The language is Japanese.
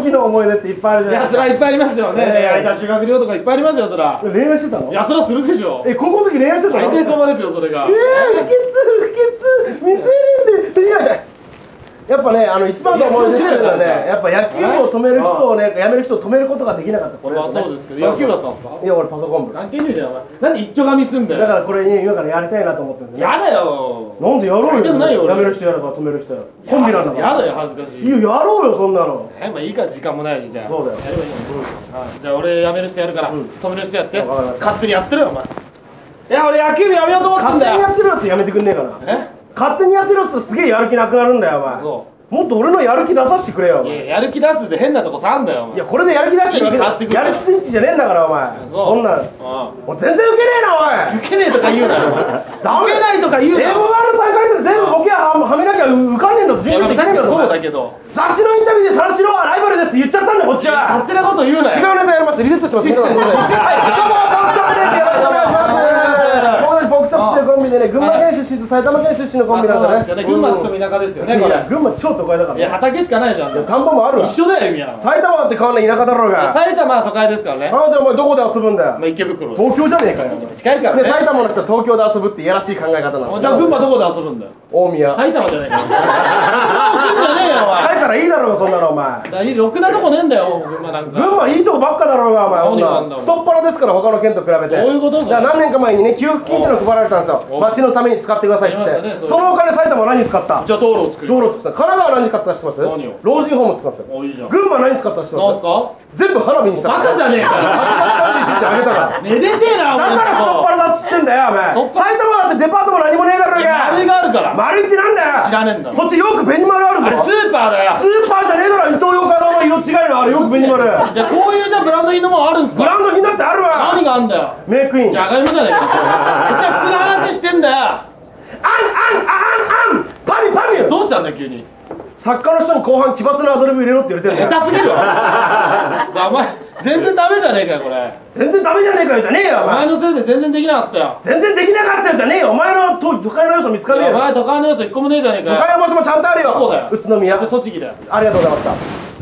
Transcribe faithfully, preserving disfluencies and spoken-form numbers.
時の思い出っていっぱいあるじゃないですか。 いや、それはいっぱいありますよね。恋愛だ、修学旅行とかいっぱいありますよ、そら。 恋愛してたの？ いや、そらするでしょ。 え、高校の時恋愛してたの？ 大体相場ですよ、それが。 えー、不潔不潔未成年で恋愛だ。やっぱね、あの一番の思い出っていうのはね、やっぱ野球を止める人をね、やめる人を止めることができなかった。これですね。 あ、そうですけど、野球だったんですか？ いや、俺パソコン部。 関係ねえじゃん、お前。なんで一丁紙すんだよ。 だからこれに今からやりたいなと思ってるんですね。 やだよ。 なんでやろうよ。 やりたくないよ俺やめる人やるから止める人やる。コンビなんだから。 やだよ、恥ずかしい。 いや、やろうよ、そんなの。 え、まあいいか、時間もないし、じゃあ。 そうだよ。 やればいいの。じゃあ俺やめる人やるから、 うん止める人やって。 わかりました勝手にやってるよ、お前。いや、俺野球部やめようと思ってんだよ。 勝手にやってるやつやめてくんねえかな。 え？ 勝手にやってるやつとすげえやる気なくなるんだよ、お前。 そもっと俺のやる気出させてくれよ、お前。 いや、やる気出すで変なとこさんだよ、お前。 いや、これでやる気出してるわけだ。 変わってくるからやる気スイッチじゃねえんだから、お前。 そうそんなん。 うんもう全然ウケねえな、おい。 受けねえとか言うなよ、お前。 ダメ。 受けないとか言うなよ。 エムワン のさんかい戦全部ボケははめなきゃ受かんねえんだと準備してきてんだぞ。 そうだけど。 雑誌のインタビューで三四郎はライバルですって言っちゃったんだよ、こっちは。 勝手なこと言うなよ。 違うネタやります。リセットします。すいません。はい、どうも、ボクチョップです。よろしくお願いします。僕たちボクチョップっていうコンビでね、群馬県出身と埼玉県出身のコンビなんだね。 群馬と田舎ですよね、これ。 いや、群馬超都会だから。 いや、畑しかないじゃん。 田んぼもあるわ。 一緒だよ、意味は。 埼玉だって変わんない田舎だろうが。 埼玉は都会ですからね。 ああ、じゃあお前どこで遊ぶんだよ。 まあ池袋。 東京じゃねえかよ。 近いからね。 で、埼玉の人は東京で遊ぶっていやらしい考え方なんだ。 じゃあ群馬どこで遊ぶんだよ。 大宮。 埼玉じゃねえかよ。近くじゃねえよ、お前。 近いからいいだろうが、そんなのお前。 だいろくなとこねえんだよ、群馬なんか。 群馬いいとこばっかだろうが、お前。 何があんだろう。 太っ腹ですから、他の県と比べて。 どういうこと？ だから何年か前にね、給付金っての配られたんですよ。町のために使ってくださいっつって。そのお金埼玉は何に使った？ じゃあ道路を作る。 道路って言った。神奈川は何に使ったか知ってます？ 何を？ 老人ホームって言ったんですよ。 お、いいじゃん。 群馬何に使ったか知ってます？ なんすか？ 全部花火にした。 バカじゃねえかよ。 はちがつさんじゅういちにちあげたから。 めでてえな、お前。 だから太っ腹だっつってんだよ、お前。埼玉だってデパートも何もねえだろうが。 丸があるから。 丸いってなんだよ。 知らねえんだ。 こっちよく紅丸あるぞ。 あれスーパーだよ。 スーパーじゃねえだろ、伊東洋華堂の色違いのあるよく紅丸。 いや、こういうじゃブランド品のもんあるんすか？ ブランド品だってあるわ。 何があんだよ。 メイクイン。 じゃがいもじゃねえか。こっちは服の話してんだよ。 あんあんあんあんパミパミ。 どうしたんだよ、急に。 作家の人に後半奇抜なアドリブ入れろって言われてるんだよ。 下手すぎるわ。お前、全然ダメじゃねえかよ、これ。 全然ダメじゃねえかよじゃねえよ、おお前前。 のせいで全然できなかったよ。 全然できなかったよじゃねえよ。お前の都都会の要素見つかねえよ。 お前、都会の要素一個もねえじゃねえかよ。 都会の場所もちゃんとあるよ。 どこだよ。 宇都宮。 それ栃木だよ。 ありがとうございました。